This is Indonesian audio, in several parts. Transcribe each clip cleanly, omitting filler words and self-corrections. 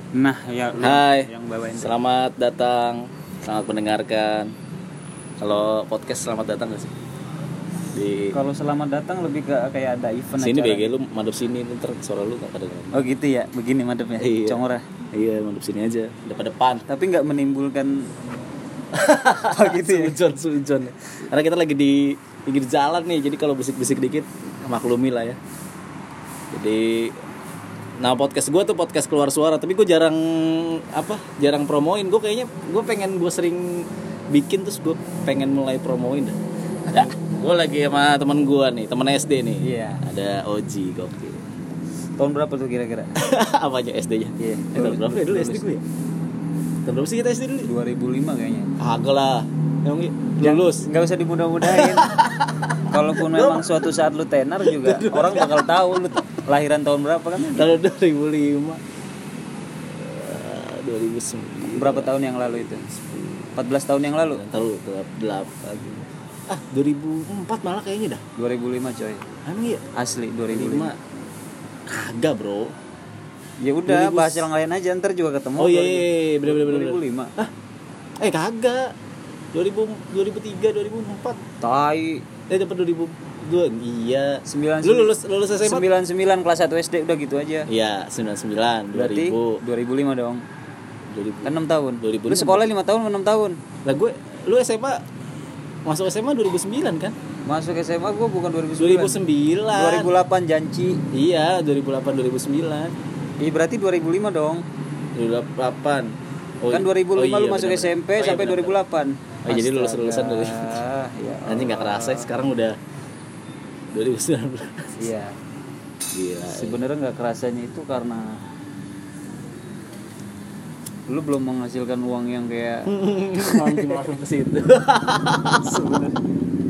Nah, ya Hai, yang bawain. selamat datang, selamat mendengarkan. Kalau podcast selamat datang gak sih? Kalau selamat datang lebih ke kayak ada event Sini acara. BG lu madep sini, ntar suara lu gak kedengeran. Oh gitu ya, begini madepnya. Iya. Congora. Iya, madep sini aja, depan. Tapi nggak menimbulkan oh gitu ya. Sujon. Karena kita lagi di pinggir jalan nih, jadi kalau bisik-bisik dikit maklumi lah ya. Jadi nah podcast gue tuh podcast keluar suara, tapi gue jarang promoin. Gue kayaknya gue sering bikin, terus gue pengen mulai promoin dah. Gue lagi sama teman gue nih, teman SD nih. Iya. Ada Oji, gokil. Tahun berapa tuh kira-kira? Apanya SD-nya? Iya. Tahun berapa ya dulu SD gue ya? Tahun berapa sih kita SD dulu? 2005 kayaknya. Agak lah. Emang lulus. Nggak usah dimudah-mudahin. Kalaupun memang suatu saat lu tenar juga orang bakal tahu lu lahiran tahun berapa kan? Tahun 2005. 2009. Berapa tahun yang lalu itu? 14 tahun yang lalu. Tahu 8. 2004 malah kayaknya dah. 2005 coy. Emang iya? Asli 2005. Kagak, Bro. Ya udah, bahas yang lain aja, ntar juga ketemu. Oh iya, bener. 2005. Kagak. 2003, 2004. Tai. Dapat 2002. Iya. 99. Lu lulus SMA? 99 kelas 1 SD udah gitu aja. Iya, 99, 2000. Berarti 2005 dong. 2000. Kan 6 tahun. 2005. Lu sekolah 5 tahun 6 tahun. Lah lu SMA masuk SMA 2009 kan? Masuk SMA gua bukan 2009. 2008 janji. Iya, 2008 2009. Iya berarti 2005 dong. 2008. Kan 2005 lu masuk bener. SMP sampai bener. 2008. Jadi lulusan dari. Ya. Nanti enggak kerasa sekarang udah 2019. Iya. Gila. Sebenarnya enggak kerasanya itu karena lu belum menghasilkan uang yang kayak masuk ke situ. sebenarnya.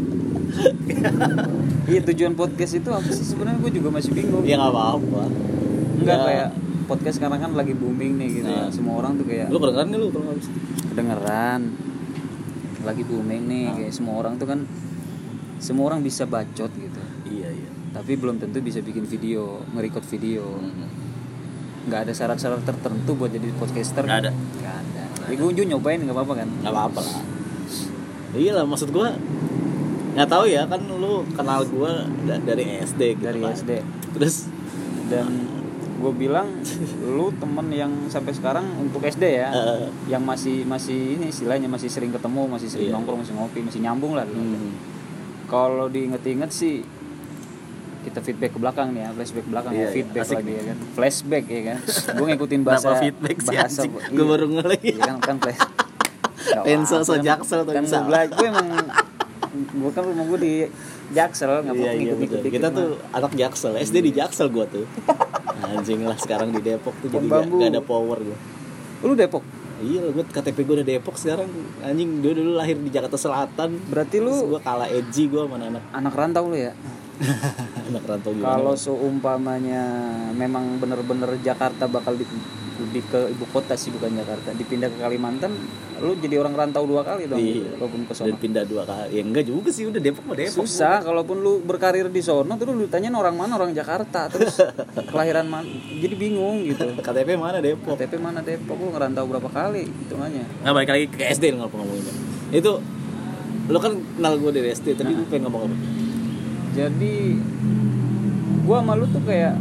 Iya, tujuan podcast itu apa sih sebenarnya, gue juga masih bingung. Ya enggak apa-apa. Enggak Ya. kayak podcast sekarang kan lagi booming nih gitu ya. Semua orang tuh kayak Lu kedengeran enggak lu kalau habis? kedengeran. Lagi booming nih kayak semua orang tuh kan, semua orang bisa bacot gitu. Iya. Tapi belum tentu bisa bikin video, nge-record video. Nggak ada syarat-syarat tertentu buat jadi podcaster. Nggak ada. Ya gue nyobain nggak apa-apa kan? Nggak apa-apa lah. Iya lah, maksud gua nggak tahu ya, kan lu kenal gua dari SD gitu. Dari kan. SD. Terus Dan gue bilang lu temen yang sampai sekarang untuk SD ya, yang masih ini istilahnya masih sering ketemu, masih sering nongkrong, masih ngopi, masih nyambung lah. Kalau diinget-inget sih kita feedback ke belakang nih ya, flashback ke belakang ya, feedback asik lagi ya kan, flashback ya kan. Gue ngikutin bahasa feedback sih bahasa gue baru ngelih. Iya kan flash. Penso so Jaksel tuh kan bisa. Gue emang gue kan rumah gue di Jaksel, nggak apa-apa ngikut-ngikut dikit. Kita tuh anak Jaksel, SD di Jaksel gue tuh. Anjing lah, sekarang di Depok tuh jadi gak ada power gue. Lu Depok? Iya, gue KTP gue udah Depok sekarang. Anjing, gue dulu lahir di Jakarta Selatan. Berarti lu gue kalah edgy gue sama anak rantau lu ya? anak rantau gimana? Kalau seumpamanya memang bener-bener Jakarta bakal lebih ke ibu kota sih, bukan Jakarta, dipindah ke Kalimantan, lu jadi orang rantau 2 kali dong. Iya. Walaupun ke sono. Dan pindah 2 kali. Ya enggak juga sih, udah Depok mah Depok. Susah, kalaupun lu berkarir di sono terus lu tanyain orang mana, orang Jakarta, terus kelahiran mana, jadi bingung gitu. KTP mana Depok? KTP mana Depok, lu ngerantau berapa kali hitungannya. Nah, balik lagi ke SD ngomongin. Itu lu kan kenal gue dari SD, tapi lu pengen ngomong apa? Jadi gua sama lu tuh kayak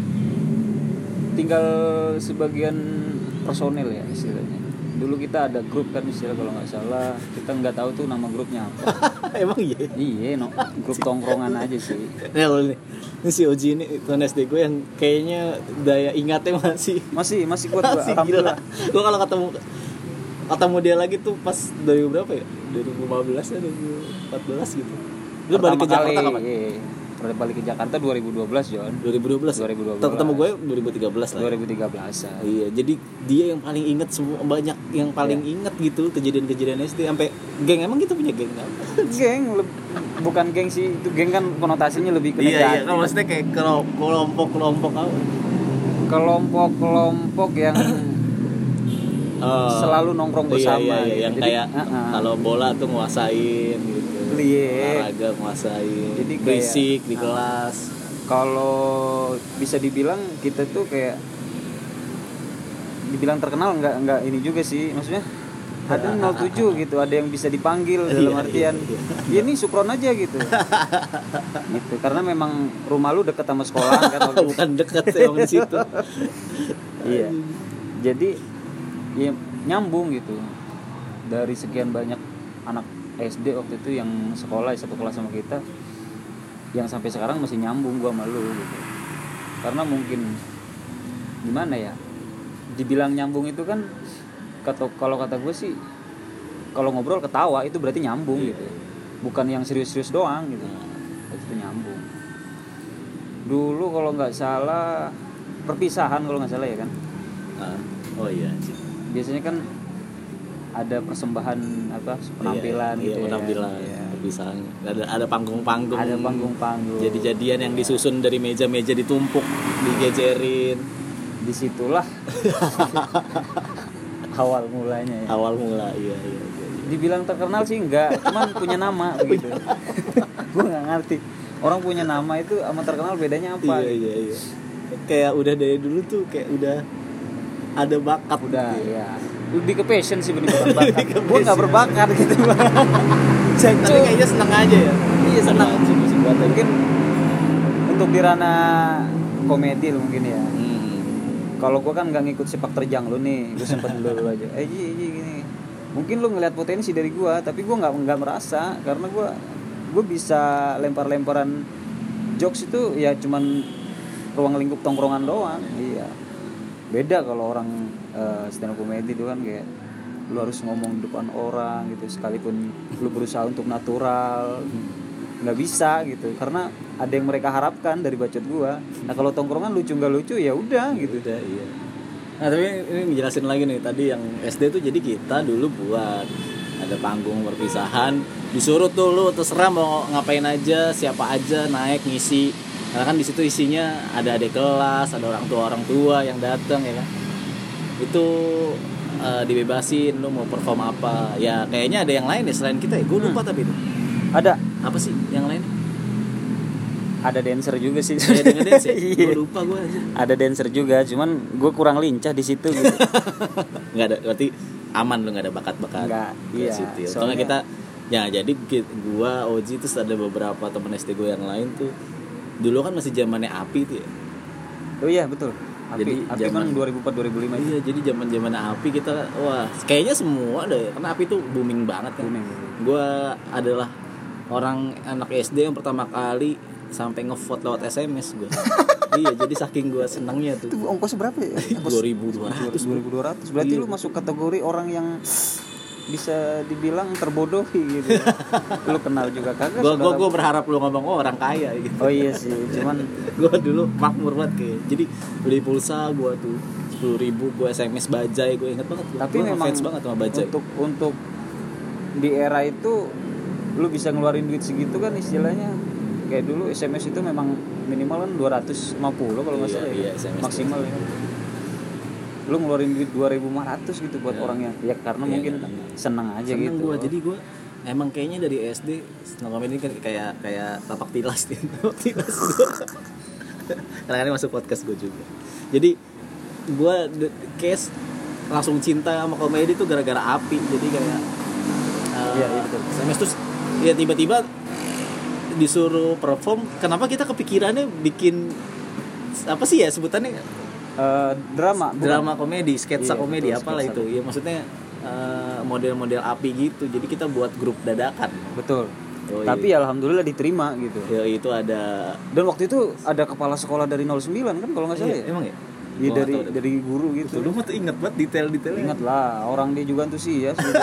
tinggal sebagian personil ya istilahnya. Dulu kita ada grup kan istilah kalau nggak salah, kita nggak tahu tuh nama grupnya apa. Emang iya? Iya, grup tongkrongan aja sih. Nah, ini si Oji ini teman SD gue yang kayaknya daya ingatnya masih kuat gua, alhamdulillah. Gue kalau ketemu dia lagi tuh pas dari berapa ya? 2015 ya, 2014 gitu. Lu balik ke Jakarta kapan? Iya. Balik ke Jakarta 2012, Jon. 2012. Ketemu gue 2013 lah. 2013. Iya, jadi dia yang paling inget semua, banyak yang paling inget gitu kejadian-kejadian SD sampai geng. Emang kita punya geng enggak? Geng bukan geng sih, itu geng kan konotasinya lebih ke Iya, kan maksudnya kayak kelompok apa? Kelompok yang selalu nongkrong bersama. Iya, yang jadi, kayak kalau bola tuh nguasain gitu. Olahraga nguasain. Jadi berisik di kelas. Kalau bisa dibilang kita tuh kayak dibilang terkenal nggak ini juga sih, maksudnya ada 07 gitu, ada yang bisa dipanggil dalam artian ya ini Supron aja gitu. Gitu, karena memang rumah lu deket sama sekolah kan. Bukan deket emang di situ. Iya. Jadi ya nyambung gitu. Dari sekian banyak anak SD waktu itu yang sekolah satu kelas sama kita, yang sampai sekarang masih nyambung gua sama lu gitu. Karena mungkin gimana ya, dibilang nyambung itu kan kalau kata gue sih, kalau ngobrol ketawa itu berarti nyambung gitu, bukan yang serius-serius doang gitu. Itu nyambung. Dulu kalau nggak salah perpisahan kalau nggak salah ya kan. Oh iya. Biasanya kan ada persembahan apa penampilan iya, gitu ya. Penampilan. Iya. Perpisahan. Ada panggung-panggung. Ada panggung-panggung. Jadi-jadian yang disusun dari meja-meja ditumpuk, digejerin. Disitulah awal mulanya ya. Awal mula, iya. Dibilang terkenal sih enggak, cuman punya nama begitu. Gue nggak ngerti orang punya nama itu sama terkenal bedanya apa. Iya. Kayak udah dari dulu tuh kayak udah ada bakat. Udah gitu. ya. Lebih ke passion sih bukan bakat. Gue nggak berbakat gitu. Tapi kayaknya seneng aja ya. Iya seneng. Mungkin untuk di ranah komedi mungkin ya. Kalau gue kan nggak ngikut sepak terjang lu nih, gue sempet dulu aja. Gini. Mungkin lu ngeliat potensi dari gue, tapi gue nggak merasa, karena gue bisa lempar-lemparan jokes itu ya cuman ruang lingkup tongkrongan doang. Iya. Beda kalau orang stand up comedy itu kan kayak lu harus ngomong di depan orang gitu, sekalipun lu berusaha untuk natural. Nggak bisa gitu, karena ada yang mereka harapkan dari bacot gua. Nah kalau tongkrongan lucu nggak lucu ya udah gitu. Udah, iya. Nah tapi ini ngejelasin lagi nih, tadi yang SD tuh jadi kita dulu buat ada panggung perpisahan, disuruh tuh lu terserah mau ngapain aja, siapa aja naik ngisi. Karena kan di situ isinya ada adik kelas, ada orang tua yang datang ya kan. Itu dibebasin lu mau perform apa. Ya kayaknya ada yang lain ya selain kita ya, gue lupa tapi itu. Ada apa sih yang lain? Ada dancer juga sih. Ada dancer. Gue lupa gue aja. Ada dancer juga, cuman gue kurang lincah di situ gitu. Nggak ada, berarti aman lu nggak ada bakat-bakat. Nggak, iya. Soalnya kita ya jadi gue Oji terus ada beberapa temen SD gue yang lain tuh dulu kan masih zamannya Api tuh ya. Oh iya betul. Api kan 2004-2005. Iya, jadi zaman Api kita wah kayaknya semua deh, karena Api tuh booming banget kan. Gue adalah orang anak SD yang pertama kali sampai ngevote lewat SMS gue. Iya, jadi saking gue senangnya tuh. Itu ongkos berapa ya? 2.200. Berarti lu masuk kategori orang yang bisa dibilang terbodohi gitu. Lu kenal juga kagak? Gue berharap lu ngomong orang kaya gitu. Oh iya sih, cuman gue dulu makmur banget kayak. Jadi beli pulsa gue tuh 10.000, gue SMS Bajai, gue inget banget. Tapi gua memang fans banget sama Bajai. Untuk di era itu lu bisa ngeluarin duit segitu kan istilahnya. Kayak dulu SMS itu memang minimal kan 250 kalau nggak salah ya. Maksimal ya. Lu ngeluarin duit 2.500 gitu buat orangnya. Ya karena mungkin seneng aja seneng gitu. Jadi gue emang kayaknya dari SD stand up comedy kan kayak tapak tilas nih. Kadang-kadang masuk podcast gue juga. Jadi gue case langsung cinta sama komedi tuh gara-gara Api. Jadi kayak iya betul. SMS terus ya tiba-tiba disuruh perform, kenapa kita kepikirannya bikin apa sih ya sebutannya drama komedi, sketsa komedi, apalah itu ya, maksudnya model-model Api gitu. Jadi kita buat grup dadakan. Betul. Tapi alhamdulillah diterima gitu. Ya itu ada. Dan waktu itu ada kepala sekolah dari 09 kan kalau nggak salah ya. Emang ya? Iya dari guru gitu. Lu mah tuh inget banget detail-detailnya. Ingat lah, orang dia juga antusias gitu.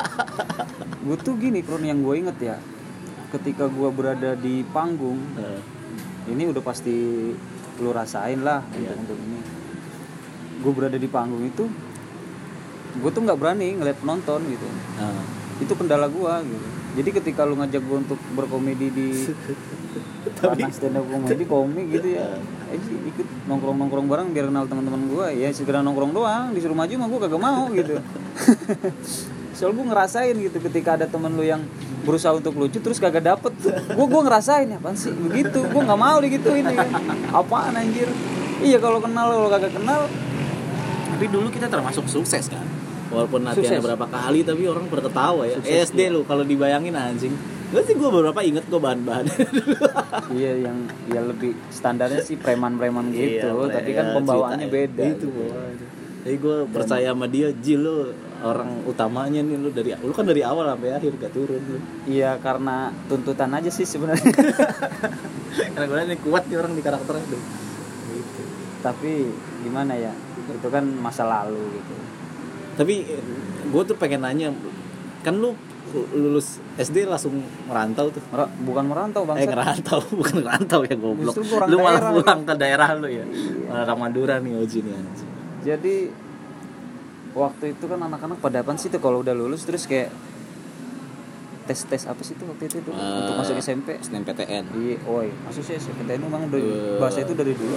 Gue tuh gini, Kron, yang gue inget ya, ketika gue berada di panggung, ini udah pasti lu rasain lah untuk ini. Gue berada di panggung itu, gue tuh nggak berani ngeliat penonton gitu. Itu kendala gue gitu. Jadi ketika lu ngajak gue untuk berkomedi di ranah stand up komik gitu ya, ikut nongkrong bareng biar kenal teman-teman gue. Ya segera nongkrong doang, disuruh maju mah gue kagak mau gitu. Soalnya gue ngerasain gitu, ketika ada temen lu yang berusaha untuk lucu terus kagak dapet, gue ngerasain apaan sih begitu. Gue nggak mau digituin ya. Apaan anjir. Iya kalau kenal, kalau kagak kenal Tapi dulu kita termasuk sukses kan. Walaupun latihannya Sukses. berapa kali tapi orang pada ketawa ya. Sukses, SD lu kalau dibayangin anjing. Gue beberapa inget gue bahan-bahan. Iya, yang ya lebih standarnya sih preman-preman gitu, Iya, tapi kan pembawaannya cerita, beda. Itu bawaannya. Jadi gue percaya sama dia, Ji lu orang utamanya nih, lu kan dari awal sampai akhir gak turun lu. Iya, karena tuntutan aja sih sebenarnya. Karena gue ini kuat nih orang di karakternya tuh. Gitu. Tapi gimana ya? Itu kan masa lalu gitu. Tapi gue tuh pengen nanya, kan lu lulus SD langsung merantau tuh? Bukan merantau bang. Ngerantau, bukan ngerantau ya goblok. Justru Lu malah daerah, pulang ke daerah lu ya. Orang Madura nih Oji nih anjing. Jadi waktu itu kan anak-anak pada apa sih tuh kalau udah lulus terus kayak tes apa sih tuh waktu itu tuh untuk masuk SMP? SNMPTN. Iya, oi, masuk sih SNMPTN memang dari bahasa itu dari dulu.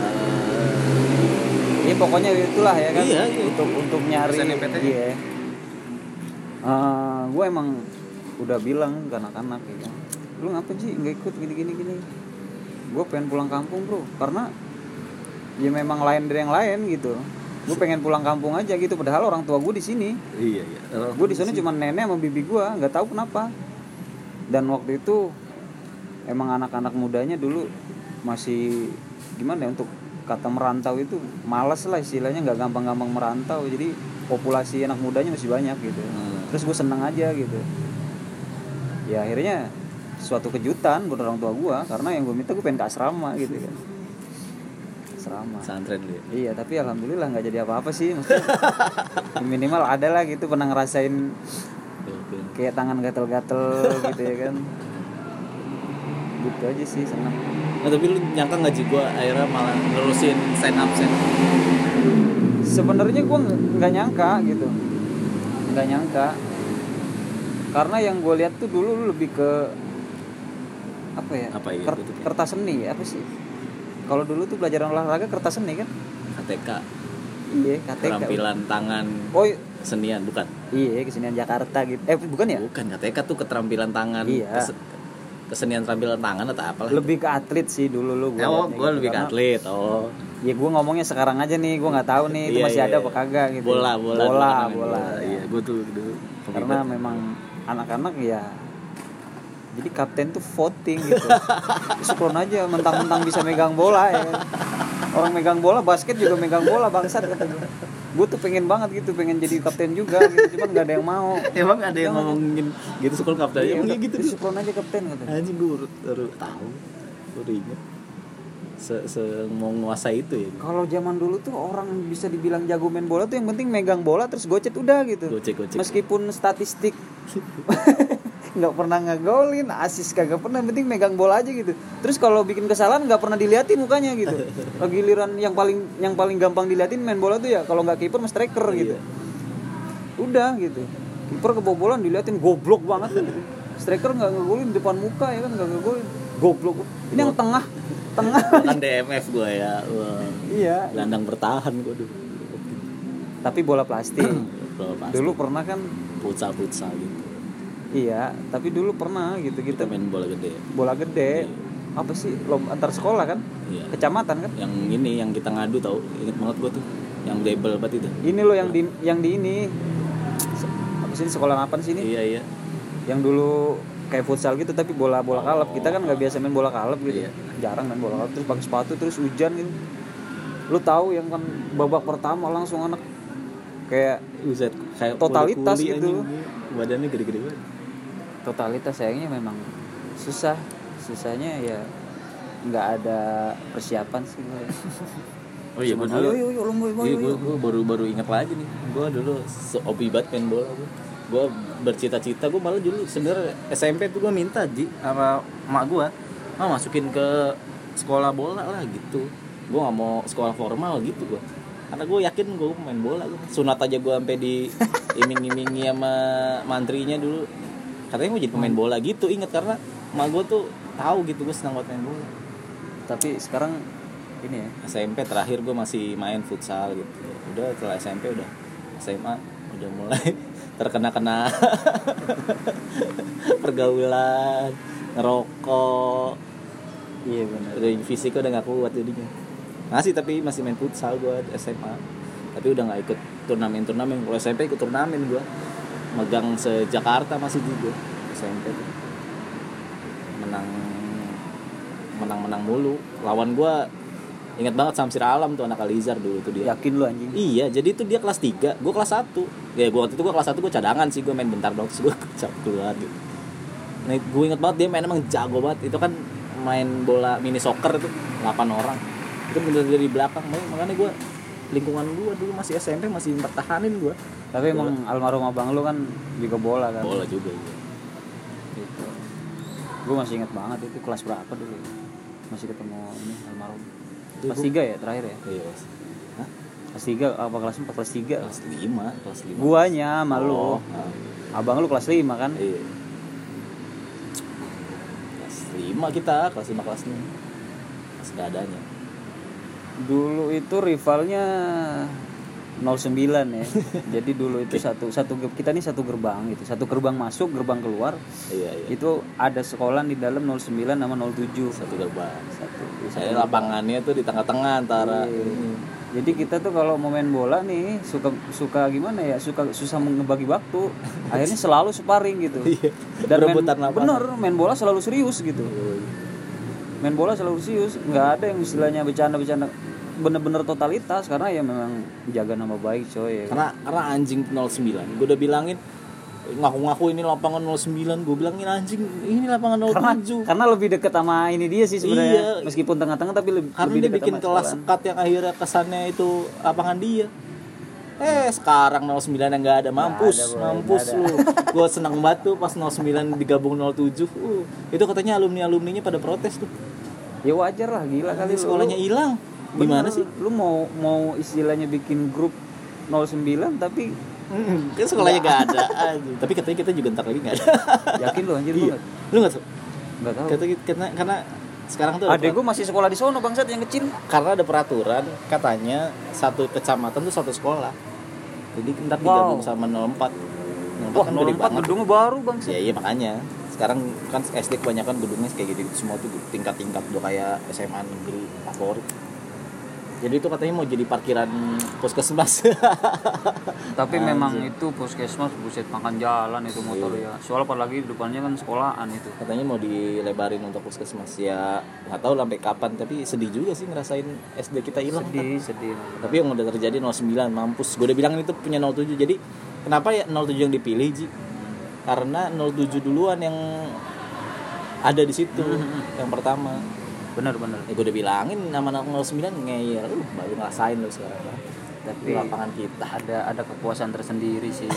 Iya pokoknya itulah ya kan. Iya. Untuk nyari. SNMPTN. Iya. Gue emang udah bilang ke anak-anak ya, lu ngapa sih nggak ikut gini. Gue pengen pulang kampung bro, karena ya memang lain dari yang lain gitu. Gue pengen pulang kampung aja gitu, padahal orang tua gue di sini. Iya. Gue di sana cuma nenek sama bibi gue, nggak tahu kenapa. Dan waktu itu emang anak-anak mudanya dulu masih gimana ya, untuk kata merantau itu malas lah istilahnya, nggak gampang-gampang merantau. Jadi populasi anak mudanya masih banyak gitu. Terus gue seneng aja gitu. Ya akhirnya suatu kejutan buat orang tua gue, karena yang gue minta gue pengen ke asrama gitu kan. Asrama. Pesantren lu ya. Iya, tapi alhamdulillah nggak jadi apa-apa sih. Maksudnya minimal ada lah gitu, pernah ngerasain kayak tangan gatel-gatel gitu ya kan. Gitu aja sih, senang. Nah, tapi lu nyangka nggak sih gue akhirnya malah nerusin sign up? Sebenarnya gue nggak nyangka gitu, nggak nyangka. Karena yang gue lihat tuh dulu lebih ke apa ya? Kertas seni apa sih? Kalau dulu tuh pelajaran olahraga kertas seni kan? KTK. Iya, KTK. Keterampilan tangan. Oh, kesenian bukan? Iya, kesenian Jakarta gitu. Bukan ya? Bukan, KTK tuh keterampilan tangan. Iya. Kesenian keterampilan tangan atau apalah. Lebih ke atlet sih dulu lu gue. Gue gitu, lebih ke atlet. Ya gue ngomongnya sekarang aja nih, gue nggak tahu nih itu masih ada apa kagak gitu. Bola. Iya, gue tuh dulu. Karena memang anak-anak ya. Jadi kapten tuh voting gitu. Scroll aja mentang-mentang bisa megang bola ya. Orang megang bola, basket juga megang bola, bangsat kata gue. Gue tuh pengen banget gitu, pengen jadi kapten juga gitu, cuman gak ada yang mau. Emang ada yang ngomongin gitu sekolah kapten aja? Iya, gitu. Scroll aja kapten kata. Anjing gue baru tahu. Baru inget. Mau nguasai itu ya. Kalau zaman dulu tuh orang bisa dibilang jago main bola tuh yang penting megang bola terus gocet udah gitu. Gocek. Meskipun statistik nggak pernah ngegolin, asis kagak pernah, penting megang bola aja gitu. Terus kalau bikin kesalahan nggak pernah diliatin mukanya gitu. Giliran yang paling gampang diliatin main bola tuh ya kalau nggak kiper mas striker gitu. Udah gitu. Kiper kebobolan diliatin goblok banget gitu. Striker nggak ngegolin depan muka ya kan, nggak ngegolin, goblok. Ini yang tengah. Kan DMF gue ya. Wah. Iya. Gelandang bertahan gue dulu. Tapi bola plastik. Dulu pernah kan futsal gitu. Iya, tapi dulu pernah gitu Kita main bola gede. Bola gede. Apa sih? Lomba antar sekolah kan? Iya. Kecamatan kan? Yang ini yang kita ngadu tahu, inget banget gue tuh. Yang double banget itu. Ini loh yang di ini. Apa sih sekolah apa sih ini? Iya. Yang dulu kayak futsal gitu tapi bola kalep. Kita kan enggak biasa main bola kalep gitu. Iya. Jarang main bola kalep, terus pakai sepatu terus hujan gitu. Lu tahu yang kan babak pertama langsung anak kayak Uzet, kayak totalitas kuli gitu. Badannya gede-gede banget. Totalitas sayangnya memang susahnya ya nggak ada persiapan sih. Oh iya, gue baru ingat lagi nih. Gue dulu hobi banget main bola. Gue bercita-cita, gue malah dulu sebenarnya SMP tuh gue minta sama emak gue, masukin ke sekolah bola lah gitu. Gue nggak mau sekolah formal gitu gue. Karena gue yakin gue main bola. Sunat aja gue sampai di iming-imingi sama mantrinya dulu. Katanya gue jadi pemain bola gitu, inget karena emak gue tuh tahu gitu gue senang banget main bola. Tapi sekarang ini ya SMP terakhir gue masih main futsal gitu. Udah setelah SMP udah SMA udah mulai terkena pergaulan, ngerokok. Iya benar. Dari fisik udah nggak kuat jadinya. Masih main futsal gue di SMA. Tapi udah nggak ikut turnamen. Kalau SMP ikut turnamen gue, megang se-Jakarta masih juga SMP tuh. menang mulu. Lawan gue ingat banget Samsir Alam tuh, anak Alizar dulu tuh dia. Yakin lu anjing? Iya, jadi itu dia kelas 3, gue kelas 1. Ya gue waktu itu gue kelas 1 gue cadangan sih, gue main bentar dong, terus gue keluar gitu. Nah, gue inget banget dia main emang jago banget. Itu kan main bola mini soccer itu 8 orang. Itu bener dari belakang, makanya gue lingkungan gue dulu masih SMP masih mempertahanin gue. Tapi emang almarhum abang lu kan juga bola kan? Bola juga iya. Gitu. Gue masih inget banget itu kelas berapa dulu ya? Masih ketemu ini almarhum. Kelas 3 ya terakhir ya? Iya. Hah? Kelas 3 apa kelas 4? Kelas 3? Kelas 5. Guanya sama lu. Abang lu kelas 5 kan? Iya. Kelas 5 kita, kelas 5 kelas 6. Kelas dadanya. Dulu itu rivalnya 09 ya. Jadi dulu itu satu kita nih satu gerbang gitu. Satu gerbang masuk, gerbang keluar. Iya. Itu ada sekolah di dalam 09 sama 07. Satu gerbang. Satu lapangannya tuh di tengah-tengah antara. Iya. Jadi kita tuh kalau mau main bola nih suka gimana ya? Susah ngebagi waktu. Akhirnya selalu sparring gitu. Dan main bola selalu serius gitu. Main bola selalu serius, nggak ada yang istilahnya bercanda-bercanda. Bener-bener totalitas karena ya memang jaga nama baik coy ya. Karena anjing 09 gue udah bilangin ngaku-ngaku ini lapangan 09, gue bilangin anjing ini lapangan 07 karena lebih deket sama ini dia sih sebenarnya. Iya. Meskipun tengah-tengah tapi lebih dia bikin kelas sekat yang akhirnya kesannya itu lapangan dia. Sekarang 09 yang nggak ada, mampus lu. Gue seneng banget tuh pas 09 digabung 07. Itu katanya alumninya pada protes tuh. Ya wajar lah, gila kali sekolahnya hilang. Gimana sih? Lu mau istilahnya bikin grup 09 tapi kan sekolahnya gak ada aja. Tapi katanya kita juga ntar lagi gak ada. Yakin lu anjir? Iya. Lu gak tau? Gak tau. Karena sekarang tuh adek gue masih sekolah di sono bangsat yang kecil. Karena ada peraturan katanya satu kecamatan tuh satu sekolah. Jadi ntar digabung sama 04. Wah, 04 gedungnya baru bangsat. Iya makanya. Sekarang kan SD kebanyakan gedungnya kayak gitu semua tuh tingkat-tingkat udah kayak SMA negeri favorit. Jadi itu katanya mau jadi parkiran puskesmas. Tapi memang itu puskesmas buset makan jalan itu motor ya. Soalnya apalagi depannya kan sekolahan itu. Katanya mau dilebarin untuk puskesmas ya. Nggak tahu sampai kapan, tapi sedih juga sih ngerasain SD kita hilang. Sedih. Tapi yang udah terjadi 09 mampus. Gue udah bilang itu punya 07. Jadi kenapa ya 07 yang dipilih Ji? Karena 07 duluan yang ada di situ yang pertama. Bener. Ya gue udah bilangin nama 09 ngeyel, baru ngerasain lo sekarang. Tapi lapangan kita ada kepuasan tersendiri sih.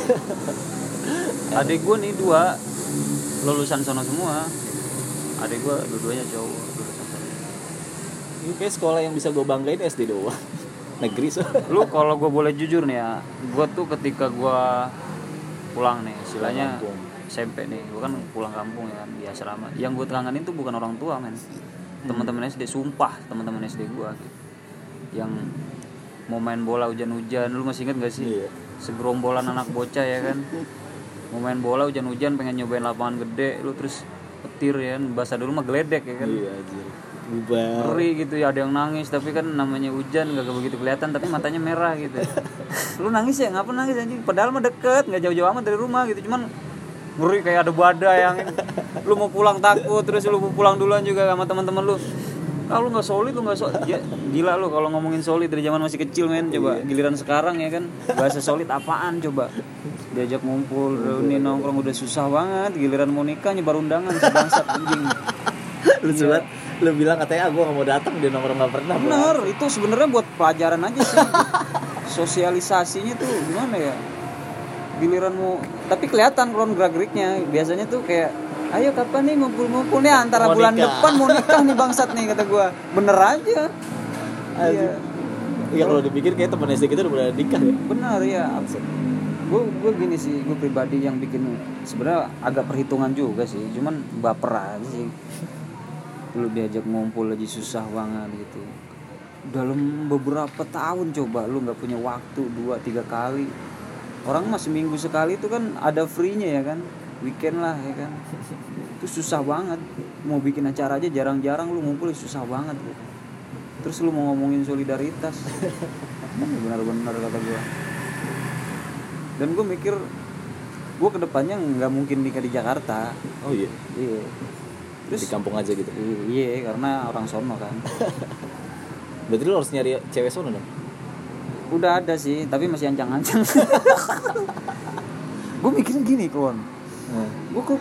Adik gue nih 2 lulusan sono semua. Adik gue dua-duanya cowok lulusan sono. Ini kayak sekolah yang bisa gue banggain SD doang. Negeri so. Lu kalau gue boleh jujur nih ya, gue tuh ketika gue pulang nih, istilahnya SMP nih, gue kan pulang kampung ya kan di asrama. Yang gue kangenin tuh bukan orang tua men. Teman-teman SD, sumpah teman-teman SD gua gitu. Yang mau main bola hujan-hujan, lu masih inget gak sih? Iya. Segerombolan anak bocah ya kan. Mau main bola hujan-hujan pengen nyobain lapangan gede, lu terus petir ya kan, bahasa dulu mah geledek ya kan. Iya anjir. Bubar. Ngeri gitu ya, ada yang nangis tapi kan namanya hujan gak begitu kelihatan tapi matanya merah gitu. Lu nangis ya? Ngapa nangis anjing? Padahal mah deket, gak jauh-jauh amat dari rumah gitu, cuman ngeri kayak ada badai yang lu mau pulang takut, terus lu mau pulang duluan juga sama teman-teman lu. Kalau nggak solid lu nggak gila lu kalau ngomongin solid dari zaman masih kecil men. Coba giliran sekarang ya kan bahasa solid apaan coba, diajak ngumpul reuni nongkrong udah susah banget, giliran mau nikah nyebar undangan sebangsat anjing. Lu surat lu bilang katanya gua nggak mau datang, dia nongkrong nggak pernah. Bener, itu sebenarnya buat pelajaran aja sih. Sosialisasinya tuh gimana ya, giliran mau tapi kelihatan kalau gerak-geriknya biasanya tuh kayak ayo kapan nih ngumpul-ngumpul nih antara mau bulan nikah. Depan mau nikah nih bangsat nih kata gue. Bener aja. Iya kalau dipikir kayak teman SD kita udah nikah ya. Bener ya. Gue gini sih, gue pribadi yang bikin sebenarnya agak perhitungan juga sih, cuman baper aja sih. Lu diajak ngumpul aja susah banget gitu. Dalam beberapa tahun coba lu nggak punya waktu 2-3 kali. Orang mah seminggu sekali itu kan ada free-nya ya kan, weekend lah ya kan. Itu susah banget, mau bikin acara aja jarang-jarang lu ngumpul susah banget gitu. Terus lu mau ngomongin solidaritas benar-benar kata gue. Dan gue mikir gue kedepannya nggak mungkin nikah di Jakarta. Oh iya. Iya. Terus di kampung aja gitu. Iya, karena orang sono kan. Berarti lo harus nyari cewek sono dong? Udah ada sih, tapi masih ancang-ancang. Gue mikirin gini, kawan. Gue kok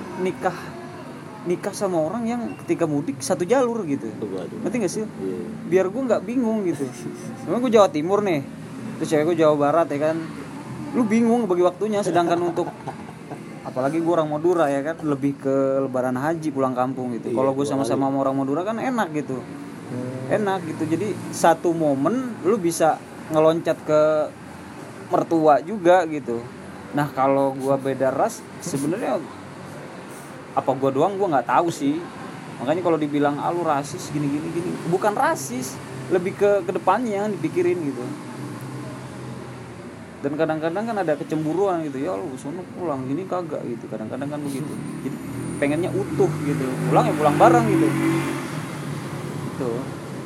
nikah sama orang yang ketika mudik satu jalur gitu. Ngerti gak sih? Yeah. Biar gue nggak bingung gitu. Memang gue Jawa Timur nih, terus cewek gue Jawa Barat ya kan. Lu bingung bagi waktunya, sedangkan untuk apalagi gue orang Madura ya kan, lebih ke lebaran haji pulang kampung gitu. Kalau gue sama-sama sama orang Madura kan enak gitu. Enak gitu. Jadi satu momen lu bisa ngeloncat ke mertua juga gitu. Nah, kalau gue beda ras sebenarnya apa gue doang gue nggak tahu sih. Makanya kalau dibilang lu rasis gini, bukan rasis, lebih ke kedepannya yang dipikirin gitu. Dan kadang-kadang kan ada kecemburuan gitu, ya lu sono pulang gini kagak gitu, kadang-kadang kan begitu. Jadi pengennya utuh gitu, pulang ya pulang bareng gitu. Tuh.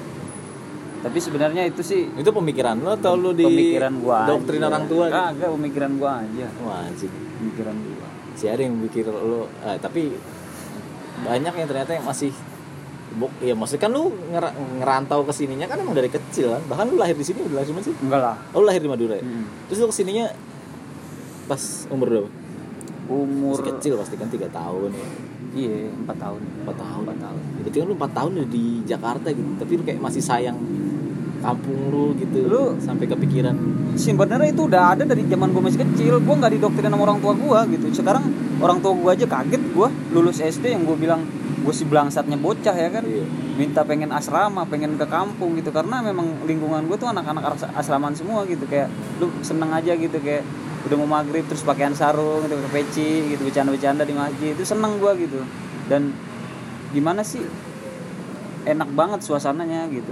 Tapi sebenarnya itu sih itu pemikiran lo atau lo di pemikiran gua doktrin aja. orang tua? Kagak, pemikiran gua aja. Wah, anjing. Pemikiran gua. Si ada yang mikir lo, tapi banyak yang ternyata yang masih ya maksudnya kan lu ngerantau ke sininya kan emang dari kecil kan. Bahkan lu lahir di sini, udah lahir di mana sih? Enggak lah. Oh, lu lahir di Madura ya? Terus lu kesininya pas umur berapa? Umur masih kecil pasti kan 3 tahun ya. Iya, 4 tahun. 4 tahun. Berarti kan lu 4 tahun udah di Jakarta gitu. Tapi lu kayak masih sayang kampung lu gitu. Lu sampai kepikiran. Sebenarnya itu udah ada dari zaman gue masih kecil. Gue nggak didoktrin sama orang tua gue gitu. Sekarang orang tua gue aja kaget gue lulus SD yang gue bilang gue si blangsatnya bocah ya kan. Iya. Minta pengen asrama, pengen ke kampung gitu, karena memang lingkungan gue tuh anak-anak asraman semua gitu. Kayak lu seneng aja gitu, kayak udah mau maghrib terus pakaian sarung gitu ke peci gitu, bercanda-bercanda di masjid itu seneng gue gitu. Dan gimana sih, enak banget suasananya gitu,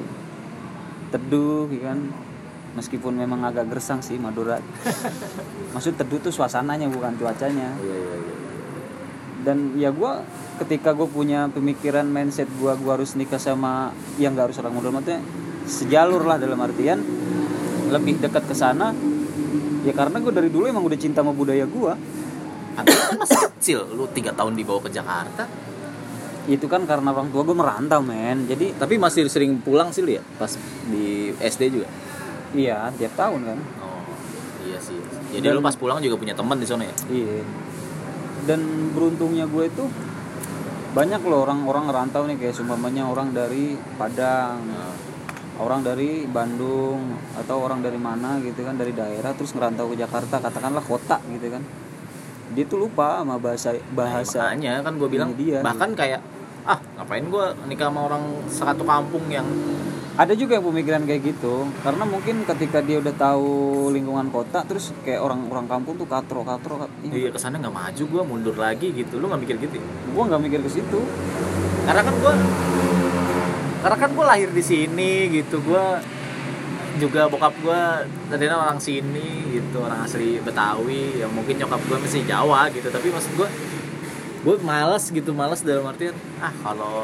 teduh ya kan, meskipun memang agak gersang sih Madura. Maksud teduh tuh suasananya bukan cuacanya. Iya. Dan ya gue ketika gue punya pemikiran mindset gue harus nikah sama yang nggak harus orang Madura, maksudnya sejalur lah, dalam artian lebih dekat ke sana. Ya karena gue dari dulu emang udah cinta sama budaya gue. Masih kecil, lu 3 tahun dibawa ke Jakarta. Itu kan karena orang tua gue merantau men. Jadi tapi masih sering pulang sih lu ya pas di SD juga. Iya, tiap tahun kan. Oh iya sih. Jadi lu pas pulang juga punya teman di sana ya? Iya. Dan beruntungnya gue itu banyak loh orang-orang ngerantau nih, kayak seumpamanya orang dari Padang, orang dari Bandung, atau orang dari mana gitu kan, dari daerah terus ngerantau ke Jakarta, katakanlah kota gitu kan. Dia tuh lupa sama bahasa makanya kan gue bilang dia, bahkan gitu. Kayak ngapain gue nikah sama orang satu kampung yang ada juga yang pemikiran kayak gitu, karena mungkin ketika dia udah tahu lingkungan kota terus kayak orang kampung tuh katro. Iya, kesana nggak maju, gue mundur lagi gitu. Lu nggak mikir gitu? Gue nggak mikir ke situ, karena kan gue lahir di sini gitu. Gue juga bokap gue tadinya orang sini gitu, orang asli Betawi. Ya mungkin nyokap gue masih Jawa gitu, tapi maksud gue malas dalam artian kalau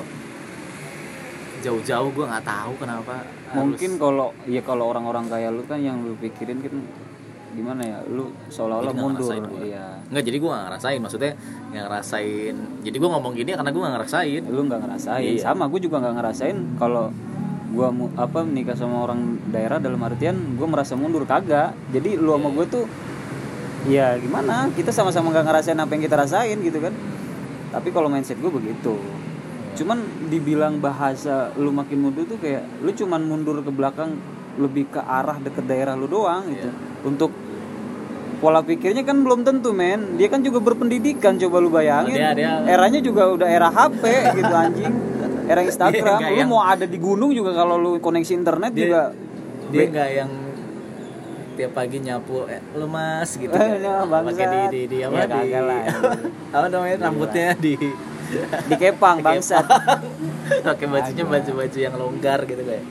jauh-jauh gue nggak tahu kenapa. Mungkin kalau orang-orang kayak lu kan yang lu pikirin kan gimana ya, lu seolah-olah mundur. Iya. Nggak, jadi gue nggak ngerasain, maksudnya nggak ngerasain. Jadi gue ngomong gini karena gue nggak ngerasain. Lu nggak ngerasain. Iya. Sama, gue juga nggak ngerasain kalau gue nikah sama orang daerah, dalam artian gue merasa mundur, kagak. Jadi lu sama gue tuh ya gimana, kita sama-sama nggak ngerasain apa yang kita rasain gitu kan. Tapi kalau mindset gue begitu. Cuman dibilang bahasa lu makin mundur tuh kayak lu cuman mundur ke belakang, lebih ke arah deket daerah lu doang gitu. Untuk pola pikirnya kan belum tentu men. Dia kan juga berpendidikan, coba lu bayangin. Dia. Eranya juga udah era HP gitu anjing. Era Instagram. Lu mau ada di gunung juga kalau lu koneksi internet dia nggak yang tiap pagi nyapu lu mas gitu kan. Pakai di apa ya, di apa namanya rambutnya di kepang bangsat. Pakai bajunya baju yang longgar gitu kayak.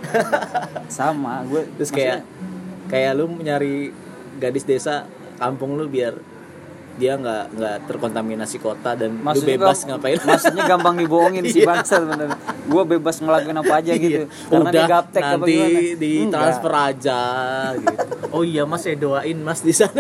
Sama gue. Terus kayak lu nyari gadis desa kampung lu biar dia nggak terkontaminasi kota dan lu Maksudnya bebas ngapain. Maksudnya gampang dibohongin si bangsat bener. Gue bebas ngelakuin apa aja gitu. Karena Udah dia gaptek apa nanti gimana? ditransfer aja gitu. Oh iya mas, saya doain mas di sana.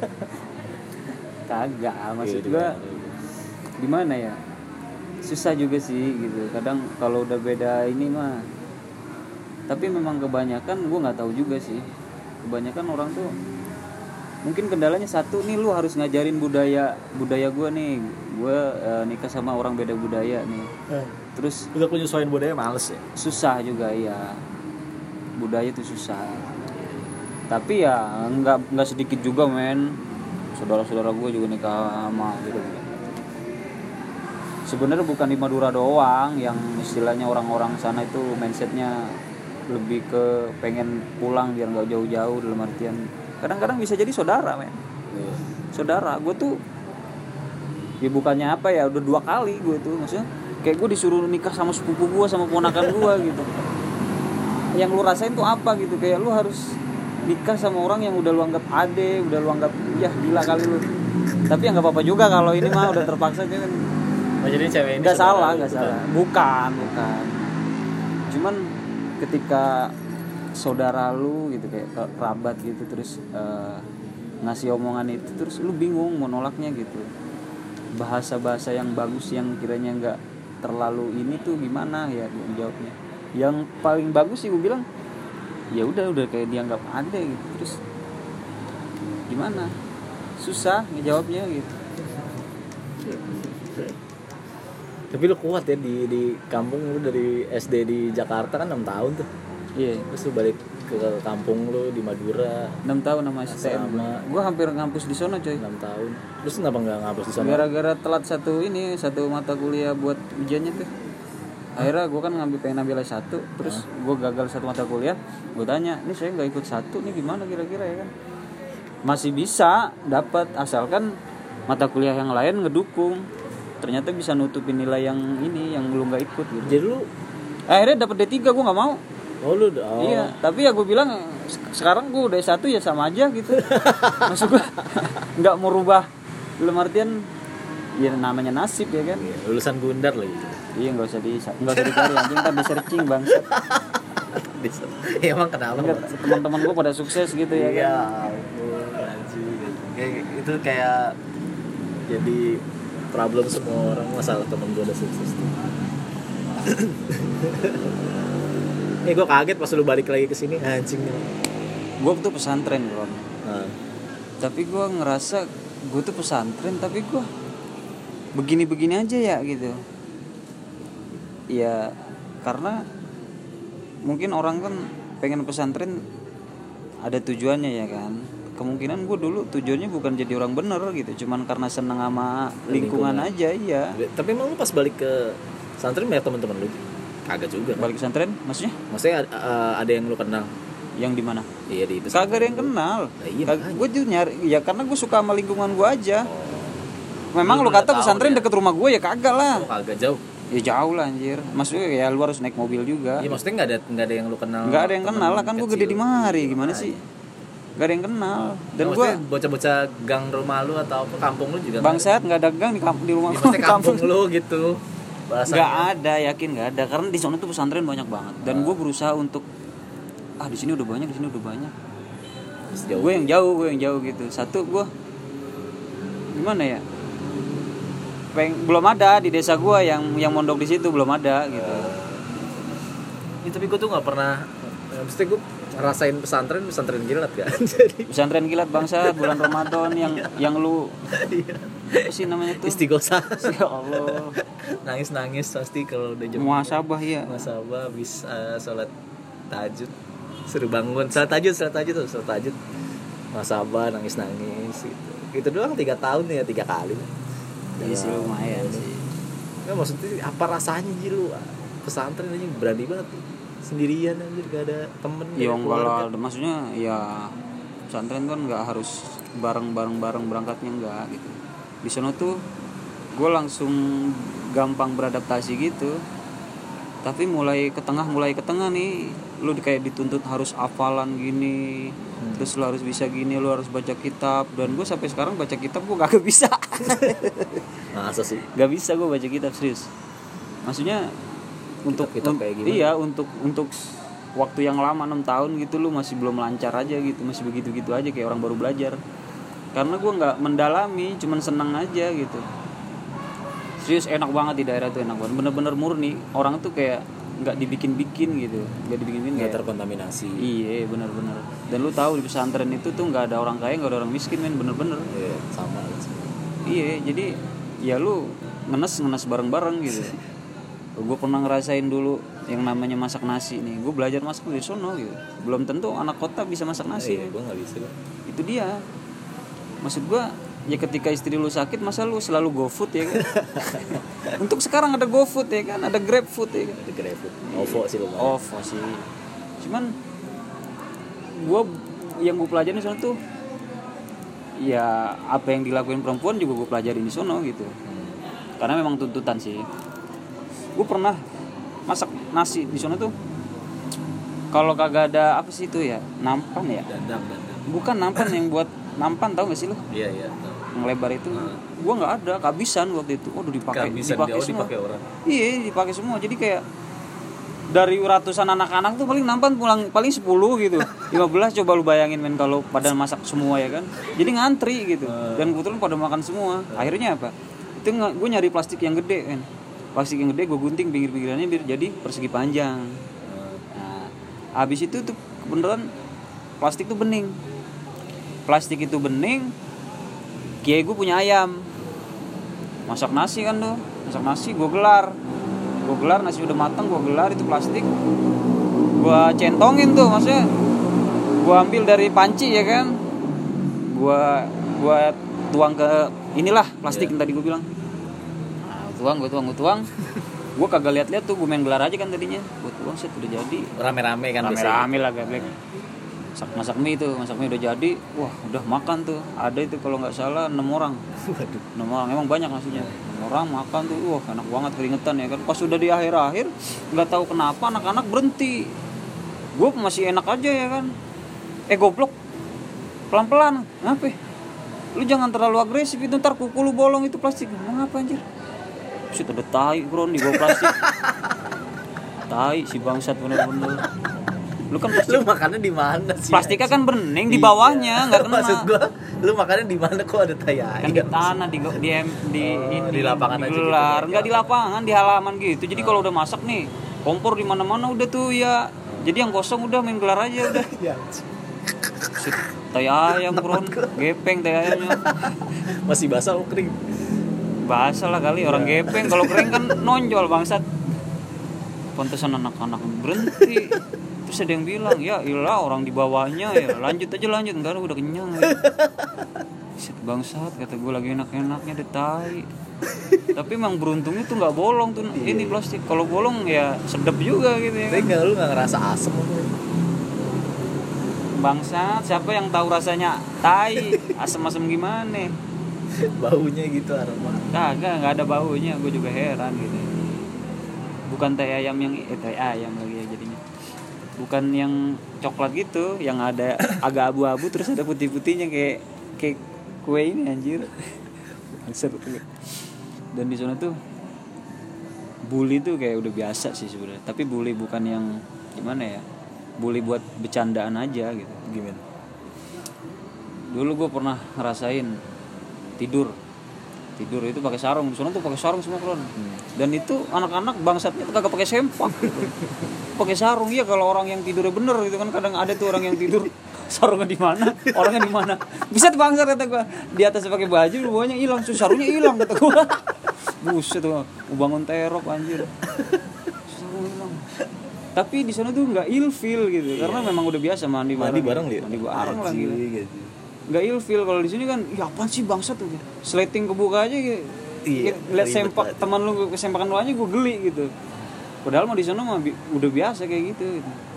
Kagak, maksud gue gimana ya? Susah juga sih gitu. Kadang kalau udah beda ini mah. Tapi memang kebanyakan gue nggak tahu juga sih. Kebanyakan orang tuh mungkin kendalanya satu nih, lu harus ngajarin budaya gue nih. Gue nikah sama orang beda budaya nih. Terus udah penyesuaian budaya males ya. Susah juga ya. Budaya itu susah. Tapi ya nggak sedikit juga men. Saudara-saudara gue juga nikah sama gitu. Sebenarnya bukan di Madura doang yang istilahnya orang-orang sana itu mindsetnya lebih ke pengen pulang biar nggak jauh-jauh, dalam artian kadang-kadang bisa jadi saudara men. Saudara gue tuh ya bukannya apa ya, udah 2 kali gue tuh, maksudnya kayak gue disuruh nikah sama sepupu gue sama ponakan gue gitu. Yang lu rasain tuh apa gitu, kayak lu harus nikah sama orang yang udah lu anggap ade, udah lu anggap ya gila kali lu. Tapi ya nggak apa-apa juga kalau ini mah udah terpaksa kan. Jadi cewek ini nggak salah. Bukan. Cuman ketika saudara lu gitu kayak kerabat gitu terus ngasih omongan itu terus lu bingung mau nolaknya gitu. Bahasa-bahasa yang bagus yang kiranya nggak terlalu ini tuh gimana ya jawabnya. Yang paling bagus sih gue bilang ya udah kayak dianggap ada gitu. Terus gimana? Susah ngejawabnya gitu. Tapi lu kuat ya di kampung lu, dari SD di Jakarta kan 6 tahun tuh. Iya. Terus lu balik ke kampung lu di Madura 6 tahun sama STM. Gue hampir ngampus di sono coy. 6 tahun. Terus kenapa enggak ngampus di sana? Gara-gara telat satu mata kuliah buat ujiannya tuh. Akhirnya gue kan pengen ambil S1, terus gue gagal satu mata kuliah. Gue tanya, "Nih saya enggak ikut 1 nih gimana kira-kira ya kan?" Masih bisa dapat asalkan mata kuliah yang lain ngedukung. Ternyata bisa nutupin nilai yang ini yang lu nggak ikut gitu. Jadi lu akhirnya dapat D3, gue nggak mau. Iya, tapi ya gue bilang sekarang gue udah S1 ya sama aja gitu. Maksud gue nggak mau rubah, dalam artian ya namanya nasib ya kan. Iya, lulusan Gundar lagi gitu. Iya, nggak usah dicari anjing, kan di searching bang. Ya emang kenapa? Teman-teman gue pada sukses gitu ya kan. Iya, anjing. Kayak itu kayak jadi problem semua orang, masalah temen gue udah sukses tuh. Gue kaget pas lu balik lagi ke sini, anjing. Gue tuh pesantren bro. Tapi gue ngerasa gue tuh pesantren tapi gue begini-begini aja ya gitu. Ya karena mungkin orang kan pengen pesantren ada tujuannya ya kan. Kemungkinan gue dulu tujuannya bukan jadi orang bener gitu, cuman karena seneng sama lingkungan aja. Iya. Tapi emang lu pas balik ke pesantren banyak teman-teman lu? Kagak juga kan? Balik pesantren maksudnya? Maksudnya ada yang lu kenal? Yang di mana? Iya di pesantren. Kagak ada yang kenal. Iya, gue tuh nyari ya karena gue suka sama lingkungan gue aja. Memang lu kata pesantren deket rumah gue ya kagak lah. Kagak jauh. Ya jauh lah anjir. Maksudnya ya lu harus naik mobil juga. Iya maksudnya nggak ada yang lu kenal. Nggak ada yang kenal lah, kan gue gede di Mari, gimana sih? Gak ada yang kenal. Dan gue bocah-bocah gang rumah lu atau kampung lu juga bangsat nggak ada gang di rumah gue. Di kampung lu gitu. Nggak ada, yakin nggak ada. Karena di sana tuh pesantren banyak banget. Dan gue berusaha untuk di sini udah banyak, di sini udah banyak. Gue yang jauh gitu. Satu gue gimana ya? Belum ada di desa gue yang mondok di situ, belum ada gitu. Ya, tapi gue tuh nggak pernah. Mesti gue ngerasain pesantren kilat kan. Jadi pesantren kilat bangsa bulan Ramadan yang lu apa sih namanya tuh? Istighosah. Ya Allah. Nangis pasti kalau udah jam muhasabah ya. Muhasabah habis salat tahajud. Suruh bangun salat tahajud. Muhasabah nangis gitu. Itu doang 3 tahun ya, 3 kali. Iya sih lumayan sih. Nah, maksudnya apa rasanya sih lu pesantren aja berani banget sendirian aja, gak ada temen. Ya enggak lah, maksudnya ya pesantren kan nggak harus bareng berangkatnya enggak gitu. Di sana tuh gue langsung gampang beradaptasi gitu. Tapi mulai ke tengah nih lu kayak dituntut harus hafalan gini, terus lu harus bisa gini, lu harus baca kitab. Dan gue sampai sekarang baca kitab gue kagak bisa. Masa sih? Gak bisa gue baca kitab, serius. Maksudnya untuk kayak gimana? Iya, untuk waktu yang lama 6 tahun gitu lu masih belum lancar aja gitu, masih begitu-gitu aja kayak orang baru belajar. Karena gue nggak mendalami, cuman senang aja gitu. Serius enak banget di daerah tuh, enak banget, bener-bener murni. Orang tuh kayak nggak dibikin-bikin gitu, nggak terkontaminasi. Iya bener-bener. Dan lu tahu di pesantren itu tuh nggak ada orang kaya, nggak ada orang miskin, men, bener-bener. Iya, sama. Iya, jadi ya lu ngenes bareng-bareng gitu. Gue pernah ngerasain dulu yang namanya masak nasi nih. Gue belajar masak dari sono gitu. Belum tentu anak kota bisa masak nasi. Iya, gue nggak bisa. Itu dia. Maksud gue, ya ketika istri lu sakit masa lu selalu GoFood ya kan. Untuk sekarang ada GoFood ya kan, ada GrabFood ya kan. Ada GrabFood. OVO sih lumayan. OVO sih. Cuman yang gue pelajarin di sana tuh ya apa yang dilakuin perempuan juga gue pelajarin di sono gitu. Karena memang tuntutan sih. Gue pernah masak nasi di sana tuh, kalau kagak ada apa sih itu ya, nampan ya. Dandang. Bukan nampan, yang buat nampan, tahu nggak sih lo? Iya. Yang lebar itu, gue nggak ada, kehabisan waktu itu. Udah dipakai semua. Dipakai orang. Iya, dipakai semua. Jadi kayak dari ratusan anak-anak tuh paling nampan paling 10 gitu. 15 coba lu bayangin, men, kalau pada masak semua ya kan. Jadi ngantri gitu. Dan kebetulan pada makan semua. Akhirnya apa? Itu gue nyari plastik yang gede kan. Plastik yang gede gue gunting pinggir-pinggirannya biar jadi persegi panjang. Nah, habis itu tuh beneran plastik tuh bening. Plastik itu bening. Kiai gue punya ayam. Masak nasi kan tuh. Masak nasi gue gelar. Nasi udah matang, gue gelar itu plastik. Gue centongin tuh, maksudnya gue ambil dari panci ya kan. Gue tuang ke inilah plastik yang tadi gue bilang. Gue tuang. Gue kagak lihat tuh, gue main gelar aja kan tadinya. Gue tuang set udah jadi. Rame-rame kan biasanya. Rame-rame lah gablek. Masak mie udah jadi. Wah, udah makan tuh. Ada itu kalau enggak salah 6 orang. Waduh. 6 orang emang banyak nasinya. 6 orang makan tuh. Wah, enak banget, keringetan ya kan. Pas udah di akhir-akhir, enggak tahu kenapa anak-anak berhenti. Gue masih enak aja ya kan. Goblok. Pelan-pelan. Ngapa? Lu jangan terlalu agresif, itu ntar kuku lu bolong itu plastik. Ngapa anjir? Shit, ada tai bro di bawah plastik. Tai si bangsat bener-bener. Lu kan lu makannya di mana sih? Plastiknya kan bening di bawahnya, enggak kena. Maksud gua, lu makannya di mana kok ada tai ayam? Kan di tanah di lapangan aja gitu. Enggak di lapangan, di halaman gitu. Jadi kalau udah masak nih, kompor di mana-mana udah tuh ya. Jadi yang kosong udah main gelar aja udah. Iya. Shit, tai ayam bro, gepeng tai ayamnya. Masih basah atau kering? Basah lah kali, orang gepeng. Kalau kering kan nonjol bangsat. Pantesan anak-anak berhenti. Terus ada yang bilang, ya iyalah orang di bawahnya ya, lanjut enggak udah kenyang ya. Shit bangsat, kata gue lagi enak-enaknya deh tai. Tapi emang beruntungnya tuh nggak bolong tuh ini plastik. Kalau bolong ya sedep juga gitu ya. Tapi lu nggak ngerasa asem apa? Bangsat, siapa yang tahu rasanya tai, asem-asem gimana? Baunya gitu aroma. Nggak ada baunya, gue juga heran gitu. Bukan tai ayam yang tai ayam lagi ya jadinya. Bukan yang coklat gitu, yang ada agak abu-abu terus ada putih-putihnya kayak kue ini anjir. Bangsat. Dan di sana tuh bully tuh kayak udah biasa sih sebenarnya. Tapi bully bukan yang gimana ya? Bully buat bercandaan aja gitu. Gimana? Dulu gue pernah ngerasain tidur itu pakai sarung. Di sana tuh pakai sarung semua kan. Dan itu anak-anak bangsatnya tuh kagak pakai sempak gitu. Pakai sarung. Iya, kalau orang yang tidurnya bener gitu kan, kadang ada tuh orang yang tidur sarungnya di mana, orangnya di mana. Buset bangsat kata gua. Di atas pakai baju, bawahnya hilang, sarungnya hilang kata gua. Buset tuh, mau bangun terop anjir. Sarung hilang. Tapi di sana tuh enggak ilfil gitu, karena memang udah biasa mandi bareng lah gitu. Nggak ilfil. Kalau di sini kan ya apaan sih bangsat tuh, sleting kebuka aja gitu. Lihat sempak teman lu, kesempakan lu aja gue geli gitu. Padahal mah di sana mah udah biasa kayak gitu.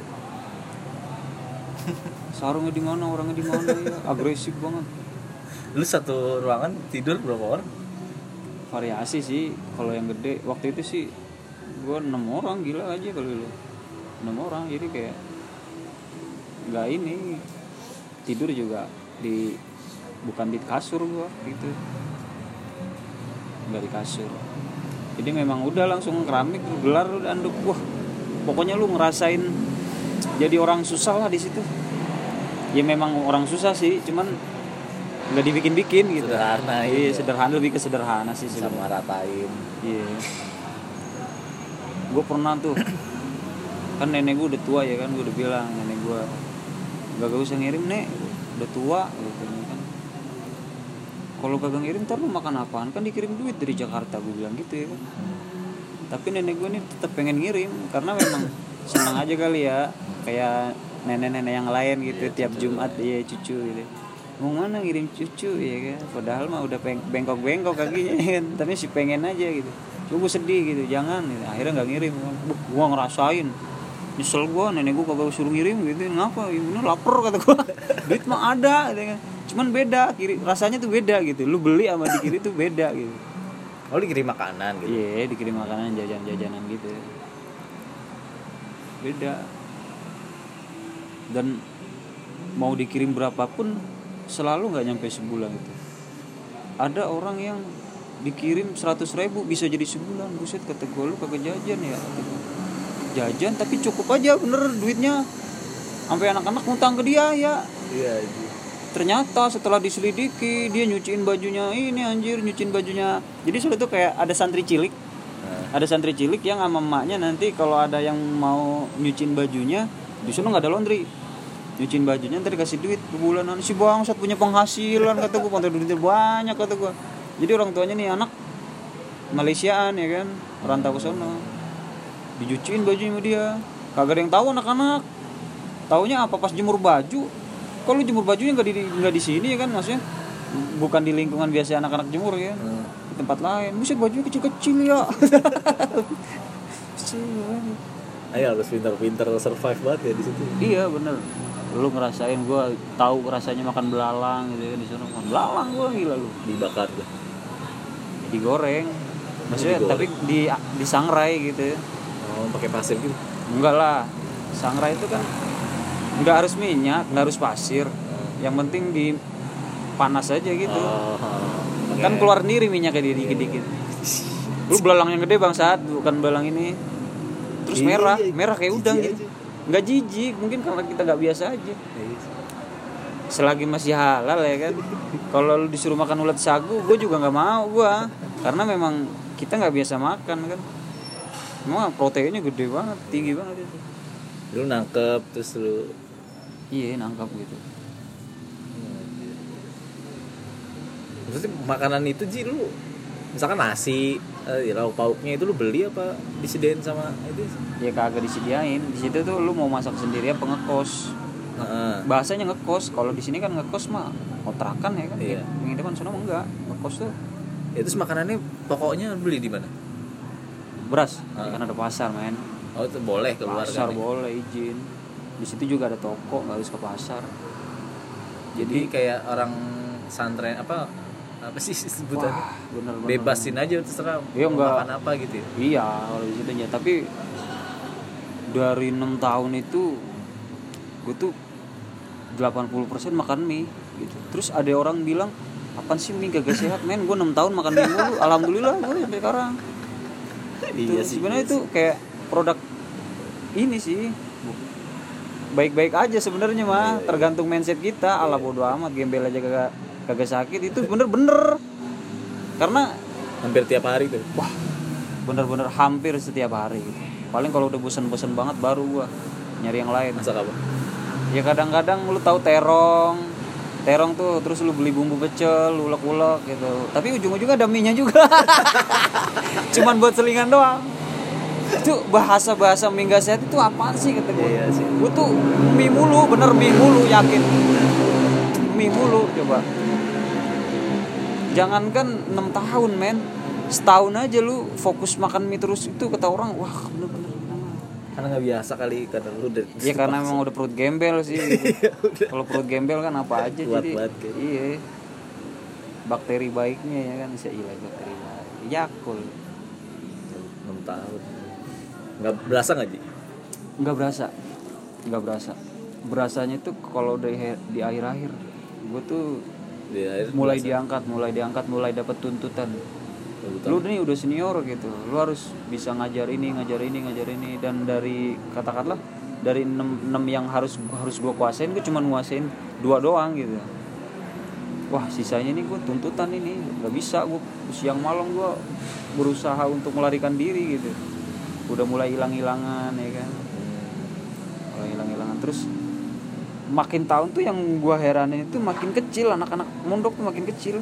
Sarungnya di mana, orangnya di mana ya, agresif banget. Lu satu ruangan tidur berapa orang? Variasi sih. Kalau yang gede waktu itu sih Gue 6 orang, gila aja kali lu. 6 orang, jadi kayak nggak ini, tidur juga bukan di kasur gue gitu, nggak di kasur. Jadi memang udah langsung keramik, gelar udah anduk. Wah, pokoknya lu ngerasain jadi orang susah lah di situ. Ya memang orang susah sih, cuman nggak dibikin-bikin gitu. Sederhana. Iya, sederhana, lebih ke sederhana sih. Sama ratain. Iya. Gue pernah tuh, kan nenek gue udah tua ya kan, gue udah bilang nenek gue gak usah ngirim nek, udah tua gitu kan. Kalau kagak ngirim ntar lu makan apaan, kan dikirim duit dari Jakarta, gue bilang gitu ya kan. Tapi nenek gue ini tetap pengen ngirim karena memang senang aja kali ya, kayak nenek-nenek yang lain gitu. Iya, tiap Jumat iya cucu gitu, mau mana ngirim cucu ya kan, padahal mah udah bengkok-bengkok kakinya kan, tapi sih pengen aja gitu. Gue sedih gitu, jangan gitu. Akhirnya nggak ngirim. Gue ngerasain nyesel gue, nenek gue kagak suruh ngirim gitu. Ngapa? Ini lapar kata gue. Duit mah ada gitu kan. Cuman beda, rasanya tuh beda gitu. Lu beli sama dikirim tuh beda gitu. Oh, dikirim makanan gitu. Iya, dikirim makanan, jajan-jajanan gitu. Beda. Dan mau dikirim berapapun selalu nggak nyampe sebulan gitu. Ada orang yang dikirim 100.000 bisa jadi sebulan. Buset, kata gue, lu kagak jajan ya? Jajan tapi cukup aja bener duitnya, sampai anak-anak ngutang ke dia ya. Iya. Ternyata setelah diselidiki, dia nyuciin bajunya ini anjir, nyuciin bajunya. Jadi sudah tuh kayak ada santri cilik. Ada santri cilik yang sama emaknya nanti kalau ada yang mau nyuciin bajunya, di sana enggak ada laundry. Nyuciin bajunya ntar dikasih duit bulanan. Si bangsat punya penghasilan kata gue, pantai duitnya banyak kata gue. Jadi orang tuanya nih anak Malaysiaan ya kan, rantau ke sana. Dicuciin bajunya sama dia, kagak ada yang tahu anak-anak. Taunya apa pas jemur baju. Kalau jemur bajunya nggak di sini ya kan, maksudnya bukan di lingkungan biasa anak-anak jemur ya, di tempat lain. Buset, bajunya kecil-kecil ya. Ayo harus pintar-pintar survive banget ya di situ. Iya bener. Lu ngerasain, gue tahu rasanya makan belalang gitu kan, di sana makan belalang gue gila lu. Dibakar tuh. Digoreng. Maksudnya digoreng. Tapi disangrai gitu ya. Oh, pakai pasir gitu? Enggak lah, sangrai itu kan nggak harus minyak, nggak harus pasir, yang penting di panas aja gitu. Okay. Kan keluar sendiri minyaknya dia dikit-dikit. Lu belalang yang gede bangsat, bukan belalang ini. Terus merah kayak udang gitu. Nggak jijik, mungkin karena kita nggak biasa aja. Selagi masih halal ya kan. Kalau lu disuruh makan ulat sagu, gue juga nggak mau gue, karena memang kita nggak biasa makan kan. Memang proteinnya gede banget, tinggi banget itu. Lu nangkep terus lu. Iya, nangkep gitu. Maksudnya makanan itu Ji, lu misalkan nasi, lauk pauknya itu lu beli apa disediain sama itu? Ya kagak disediain. Di situ tuh lu mau masak sendiri apa ngekos. Bahasanya ngekos. Kalau di sini kan ngekos mah kontrakan ya kan. Iya. Yang depan sono enggak. Ngekos tuh. Ya, terus makanannya pokoknya beli di mana? Beras, kan ada pasar men. Oh, itu boleh keluar pasar kan? Boleh izin. Di situ juga ada toko, nggak harus ke pasar. Jadi kayak orang santren apa sih sebutan? Bener, bebasin aja terserah iya, mau makan apa gitu ya? Iya, kalau di situ ya. Tapi dari 6 tahun itu gue tuh 80% makan mie gitu. Terus ada orang bilang, apaan sih mie gak sehat men? Gue 6 tahun makan mie mulu. Alhamdulillah gue sampai sekarang. Iya sih. Sebenarnya itu kayak produk ini sih. Baik-baik aja sebenarnya mah, tergantung mindset kita. Ala bodo amat, gembel aja kagak sakit, itu bener-bener. Karena hampir tiap hari tuh. Wah, bener-bener hampir setiap hari gitu. Paling kalau udah bosan-bosan banget baru gua nyari yang lain. Masak apa? Ya kadang-kadang lu tahu terong tuh, terus lu beli bumbu pecel, lu ulek-ulek gitu. Tapi ujung-ujungnya ada mie-nya juga. Cuman buat selingan doang. Itu bahasa mie gak sehat itu apaan sih kata gue. Iya sih. Gue tuh mie mulu, bener mie mulu, yakin. Mie mulu coba. Jangankan 6 tahun men, setahun aja lu fokus makan mie terus, itu kata orang wah bener-bener. Karena nggak biasa kali, karena lu udah. Iya karena memang udah perut gembel sih. Gitu. Kalau perut gembel kan apa aja kuat jadi. Banget, iya. Bakteri baiknya ya kan, bisa hilang bakteri baik. Yakul. 6 tahun. Nggak berasa nggak Ji? Nggak berasa. Berasanya tuh kalau di akhir-akhir gue tuh mulai diangkat, mulai dapat tuntutan. Lu nih udah senior gitu, lu harus bisa ngajar ini, dan dari katakanlah dari 6 yang harus gue kuasain, gue cuma nguasain 2 doang gitu. Wah, sisanya nih gue tuntutan ini, nggak bisa, gue siang malam gue berusaha untuk melarikan diri gitu. Udah mulai hilang-hilangan ya kan. Mulai hilang-hilangan terus makin tahun tuh yang gue heranin itu makin kecil, anak-anak mondok tuh makin kecil.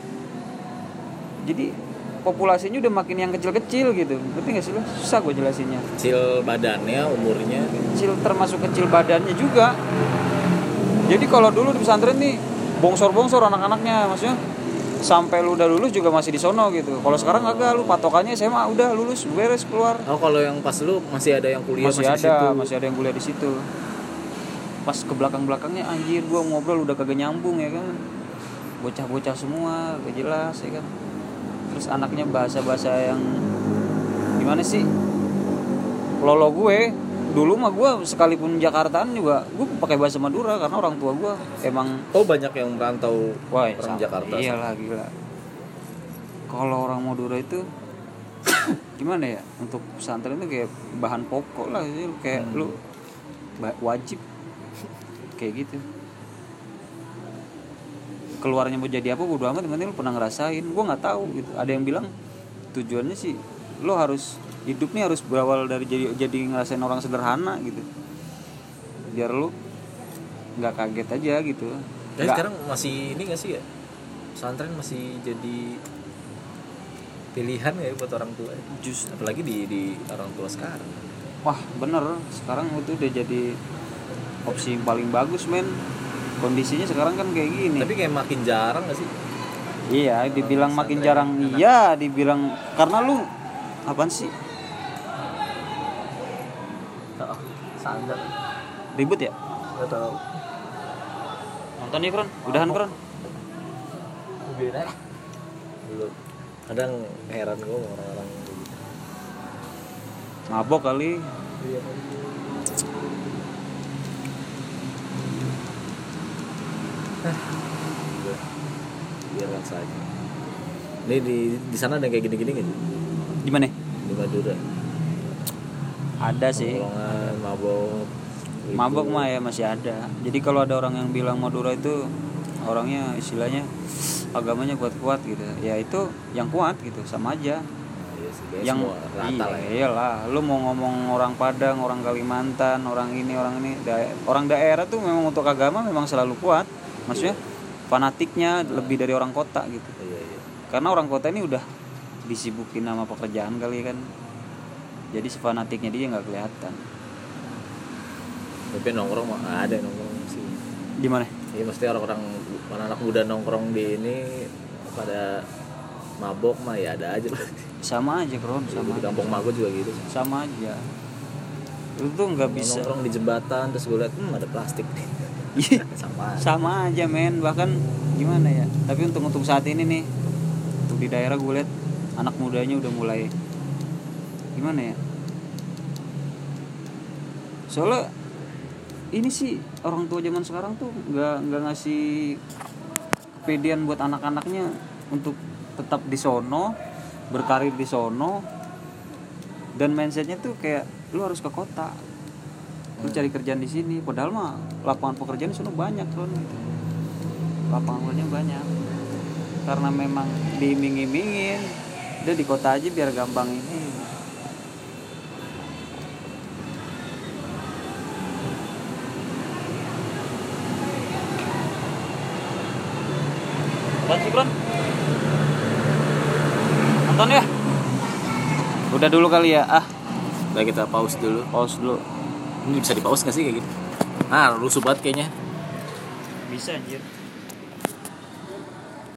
Jadi populasinya udah makin yang kecil-kecil gitu. Ngerti gak sih lo? Susah gue jelasinnya. Kecil badannya, umurnya kecil, termasuk kecil badannya juga. Jadi kalau dulu di pesantren nih bongsor-bongsor anak-anaknya, maksudnya sampai lu udah lulus juga masih di sono gitu. Kalau sekarang agak lu patokannya SMA udah lulus beres keluar. Oh, kalau yang pas lu masih ada yang kuliah masih ada yang kuliah di situ. Pas ke belakang-belakangnya anjir gua ngobrol udah kagak nyambung ya kan. Bocah-bocah semua gak jelas ya kan. Terus anaknya bahasa-bahasa yang gimana sih? Lolo gue dulu mah gue sekalipun Jakartaan juga gue pakai bahasa Madura karena orang tua gue emang banyak yang merantau orang Jakarta. Iyalah gila. Kalau orang Madura itu gimana ya, untuk pesantren itu kayak bahan pokok lah sih, kayak lu wajib kayak gitu. Keluarnya mau jadi apa bodo amat, yang penting lu pernah ngerasain. Gue nggak tahu gitu. Ada yang bilang tujuannya sih lo harus hidup nih harus berawal dari jadi ngerasain orang sederhana gitu, biar lu nggak kaget aja gitu. Tapi sekarang masih ini nggak sih ya, pesantren masih jadi pilihan ya buat orang tua, apalagi di orang tua sekarang. Wah bener, sekarang itu udah jadi opsi yang paling bagus men. Kondisinya sekarang kan kayak gini. Tapi kayak makin jarang nggak sih? Iya, dibilang makin jarang. Iya, dibilang karena lu apaan sih? Standar. Ribut ya? Gak tau. Nonton ya Kron? Udahan Kron? Beda. Belum. Kadang heran gue sama orang-orang gitu. Mabok kali. Iya. Biarkan saja. Ini di sana ada kayak gini-gini nggak? Di mana? Di Madura. Ada sih. Mabok mah ya masih ada. Jadi kalau ada orang yang bilang Madura itu orangnya istilahnya agamanya kuat-kuat gitu, ya itu yang kuat gitu, sama aja. Yang rata lah. Iyalah, lu mau ngomong orang Padang, orang Kalimantan, orang ini, orang daerah tuh memang untuk agama memang selalu kuat. Maksudnya fanatiknya lebih dari orang kota gitu. Karena orang kota ini udah disibukin sama pekerjaan kali kan. Jadi fanatiknya dia nggak kelihatan. Tapi nongkrong mah ada nongkrong sih. Di mana? Iya, mesti orang-orang anak muda nongkrong di ini pada mabok mah ya ada aja. Sama aja Kron, sama. Di kampung Mago juga gitu. Sama aja. Lu tuh nggak bisa nongkrong di jembatan terus gue liat ada plastik nih. sama aja men, bahkan gimana ya. Tapi untuk saat ini nih, untuk di daerah gue liat anak mudanya udah mulai gimana ya. Soalnya ini sih orang tua zaman sekarang tuh nggak ngasih kepedean buat anak-anaknya untuk tetap di sono, berkarir di sono, dan mindsetnya tuh kayak lu harus ke kota, lu cari kerjaan di sini. Padahal mah lapangan pekerjaan di sono banyak kan, gitu. Lapangan pekerjaan banyak, karena memang diiming-imingin, udah di kota aja biar gampang ini. Apaan sih Kron? Nonton ya? Udah dulu kali ya. Udah kita pause dulu. Ini bisa di pause gak sih kayak gitu? Rusuh banget kayaknya. Bisa anjir.